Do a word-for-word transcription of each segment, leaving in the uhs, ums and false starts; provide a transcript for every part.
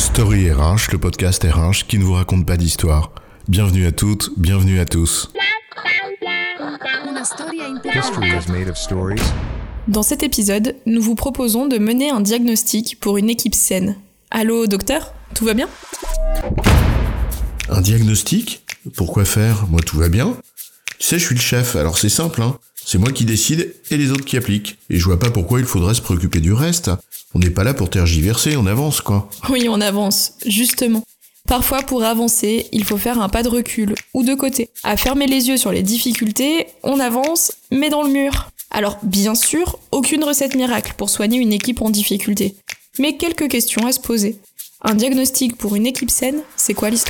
Story R H, le podcast R H qui ne vous raconte pas d'histoire. Bienvenue à toutes, bienvenue à tous. History is made of stories. Dans cet épisode, nous vous proposons de mener un diagnostic pour une équipe saine. Allô, docteur ? Tout va bien ? Un diagnostic ? Pourquoi faire ? Moi, tout va bien. Tu sais, je suis le chef, alors c'est simple, hein. C'est moi qui décide et les autres qui appliquent. Et je vois pas pourquoi il faudrait se préoccuper du reste. On n'est pas là pour tergiverser, on avance, quoi. Oui, on avance, justement. Parfois, pour avancer, il faut faire un pas de recul, ou de côté. À fermer les yeux sur les difficultés, on avance, mais dans le mur. Alors, bien sûr, aucune recette miracle pour soigner une équipe en difficulté. Mais quelques questions à se poser. Un diagnostic pour une équipe saine, c'est quoi l'histoire ?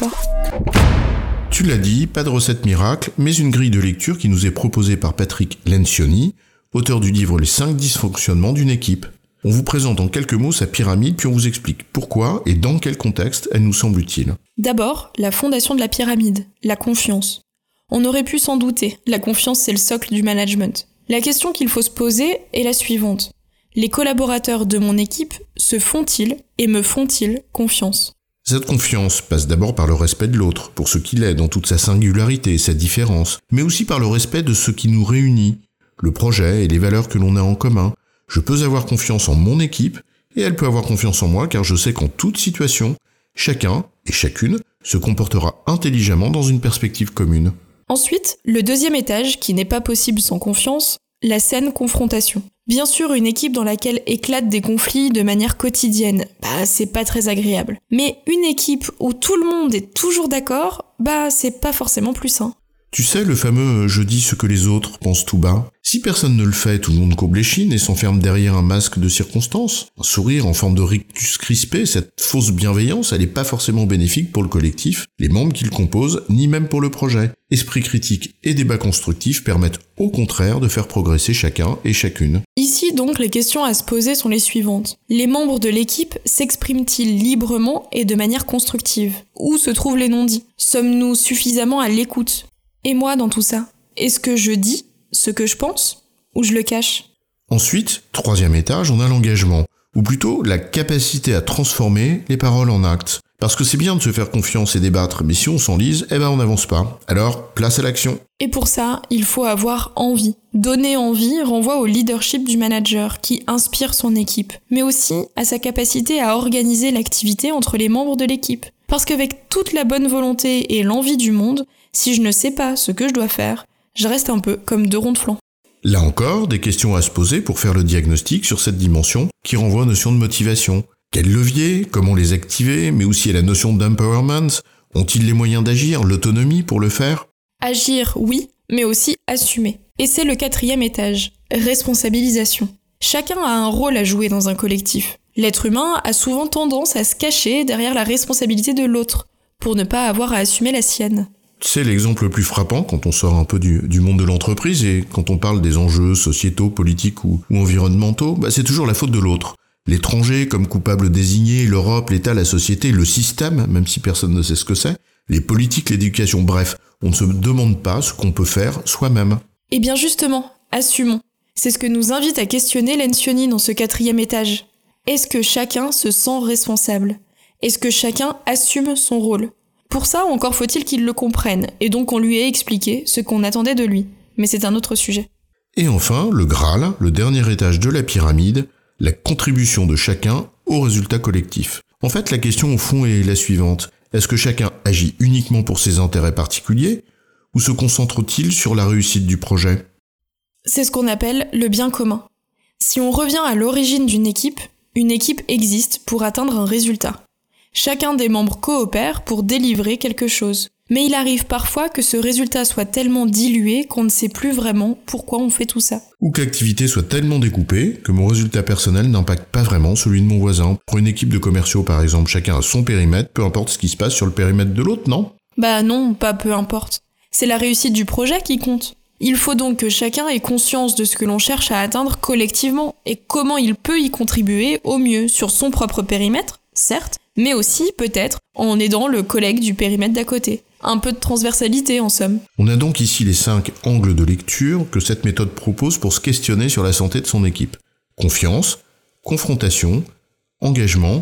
Tu l'as dit, pas de recette miracle, mais une grille de lecture qui nous est proposée par Patrick Lencioni, auteur du livre Les cinq dysfonctionnements d'une équipe. On vous présente en quelques mots sa pyramide, puis on vous explique pourquoi et dans quel contexte elle nous semble utile. D'abord, la fondation de la pyramide, la confiance. On aurait pu s'en douter, la confiance c'est le socle du management. La question qu'il faut se poser est la suivante. Les collaborateurs de mon équipe se font-ils et me font-ils confiance ? Cette confiance passe d'abord par le respect de l'autre, pour ce qu'il est dans toute sa singularité et sa différence, mais aussi par le respect de ce qui nous réunit, le projet et les valeurs que l'on a en commun. Je peux avoir confiance en mon équipe, et elle peut avoir confiance en moi, car je sais qu'en toute situation, chacun et chacune se comportera intelligemment dans une perspective commune. Ensuite, le deuxième étage, qui n'est pas possible sans confiance, la saine confrontation. Bien sûr, une équipe dans laquelle éclatent des conflits de manière quotidienne, bah c'est pas très agréable. Mais une équipe où tout le monde est toujours d'accord, bah c'est pas forcément plus sain. Tu sais, le fameux « je dis ce que les autres pensent tout bas ». Si personne ne le fait, tout le monde courbe les chines et s'enferme derrière un masque de circonstance. Un sourire en forme de rictus crispé, cette fausse bienveillance, elle n'est pas forcément bénéfique pour le collectif, les membres qui le composent, ni même pour le projet. Esprit critique et débat constructif permettent au contraire de faire progresser chacun et chacune. Ici donc, les questions à se poser sont les suivantes. Les membres de l'équipe s'expriment-ils librement et de manière constructive ? Où se trouvent les non-dits ? Sommes-nous suffisamment à l'écoute ? Et moi dans tout ça ? Est-ce que je dis ce que je pense ou je le cache ? Ensuite, troisième étage, on a l'engagement, ou plutôt la capacité à transformer les paroles en actes. Parce que c'est bien de se faire confiance et débattre, mais si on s'enlise, eh ben on n'avance pas. Alors, place à l'action. Et pour ça, il faut avoir envie. Donner envie renvoie au leadership du manager qui inspire son équipe, mais aussi à sa capacité à organiser l'activité entre les membres de l'équipe. Parce qu'avec toute la bonne volonté et l'envie du monde, si je ne sais pas ce que je dois faire, je reste un peu comme deux ronds de flanc. Là encore, des questions à se poser pour faire le diagnostic sur cette dimension qui renvoie aux notions de motivation. Quels leviers, comment les activer, mais aussi à la notion d'empowerment. Ont-ils les moyens d'agir, l'autonomie pour le faire ? Agir, oui, mais aussi assumer. Et c'est le quatrième étage, responsabilisation. Chacun a un rôle à jouer dans un collectif. L'être humain a souvent tendance à se cacher derrière la responsabilité de l'autre, pour ne pas avoir à assumer la sienne. C'est l'exemple le plus frappant quand on sort un peu du, du monde de l'entreprise et quand on parle des enjeux sociétaux, politiques ou, ou environnementaux, bah c'est toujours la faute de l'autre. L'étranger comme coupable désigné, l'Europe, l'État, la société, le système, même si personne ne sait ce que c'est, les politiques, l'éducation, bref, on ne se demande pas ce qu'on peut faire soi-même. Eh bien justement, assumons. C'est ce que nous invite à questionner Lencioni dans ce quatrième étage. Est-ce que chacun se sent responsable ? Est-ce que chacun assume son rôle ? Pour ça, encore faut-il qu'il le comprenne, et donc on lui ait expliqué ce qu'on attendait de lui. Mais c'est un autre sujet. Et enfin, le Graal, le dernier étage de la pyramide, la contribution de chacun au résultat collectif. En fait, la question au fond est la suivante. Est-ce que chacun agit uniquement pour ses intérêts particuliers, ou se concentre-t-il sur la réussite du projet ? C'est ce qu'on appelle le bien commun. Si on revient à l'origine d'une équipe, une équipe existe pour atteindre un résultat. Chacun des membres coopère pour délivrer quelque chose. Mais il arrive parfois que ce résultat soit tellement dilué qu'on ne sait plus vraiment pourquoi on fait tout ça. Ou que l'activité soit tellement découpée que mon résultat personnel n'impacte pas vraiment celui de mon voisin. Pour une équipe de commerciaux par exemple, chacun a son périmètre, peu importe ce qui se passe sur le périmètre de l'autre, non ? Bah non, pas peu importe. C'est la réussite du projet qui compte. Il faut donc que chacun ait conscience de ce que l'on cherche à atteindre collectivement et comment il peut y contribuer au mieux sur son propre périmètre, certes, mais aussi, peut-être, en aidant le collègue du périmètre d'à côté. Un peu de transversalité, en somme. On a donc ici les cinq angles de lecture que cette méthode propose pour se questionner sur la santé de son équipe. Confiance, confrontation, engagement,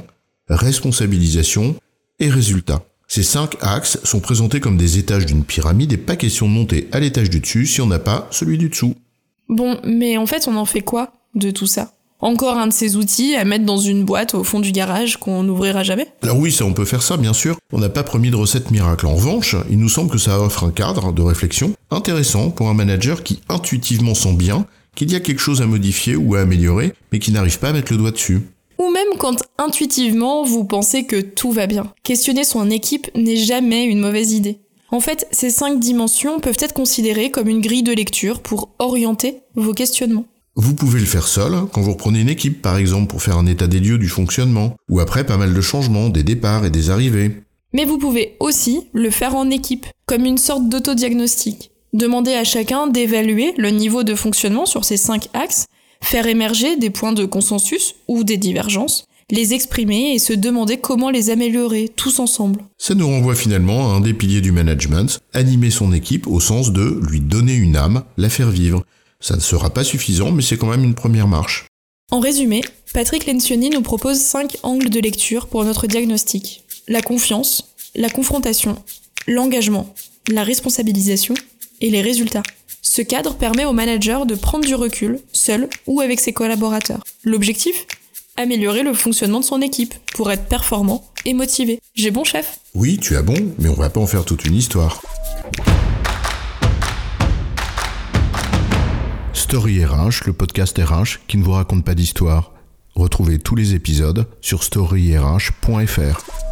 responsabilisation et résultat. Ces cinq axes sont présentés comme des étages d'une pyramide et pas question de monter à l'étage du dessus si on n'a pas celui du dessous. Bon, mais en fait, on en fait quoi de tout ça ? Encore un de ces outils à mettre dans une boîte au fond du garage qu'on n'ouvrira jamais ? Alors oui, ça on peut faire ça bien sûr, on n'a pas promis de recette miracle. En revanche, il nous semble que ça offre un cadre de réflexion intéressant pour un manager qui intuitivement sent bien qu'il y a quelque chose à modifier ou à améliorer, mais qui n'arrive pas à mettre le doigt dessus. Ou même quand intuitivement vous pensez que tout va bien. Questionner son équipe n'est jamais une mauvaise idée. En fait, ces cinq dimensions peuvent être considérées comme une grille de lecture pour orienter vos questionnements. Vous pouvez le faire seul, quand vous reprenez une équipe par exemple pour faire un état des lieux du fonctionnement, ou après pas mal de changements, des départs et des arrivées. Mais vous pouvez aussi le faire en équipe, comme une sorte d'autodiagnostic. Demandez à chacun d'évaluer le niveau de fonctionnement sur ces cinq axes, faire émerger des points de consensus ou des divergences, les exprimer et se demander comment les améliorer tous ensemble. Ça nous renvoie finalement à un des piliers du management, animer son équipe au sens de lui donner une âme, la faire vivre. Ça ne sera pas suffisant, mais c'est quand même une première marche. En résumé, Patrick Lencioni nous propose cinq angles de lecture pour notre diagnostic. La confiance, la confrontation, l'engagement, la responsabilisation et les résultats. Ce cadre permet au manager de prendre du recul, seul ou avec ses collaborateurs. L'objectif ? Améliorer le fonctionnement de son équipe pour être performant et motivé. J'ai bon, chef ? Oui, tu as bon, mais on va pas en faire toute une histoire. Story R H, le podcast R H qui ne vous raconte pas d'histoire. Retrouvez tous les épisodes sur story r h point f r.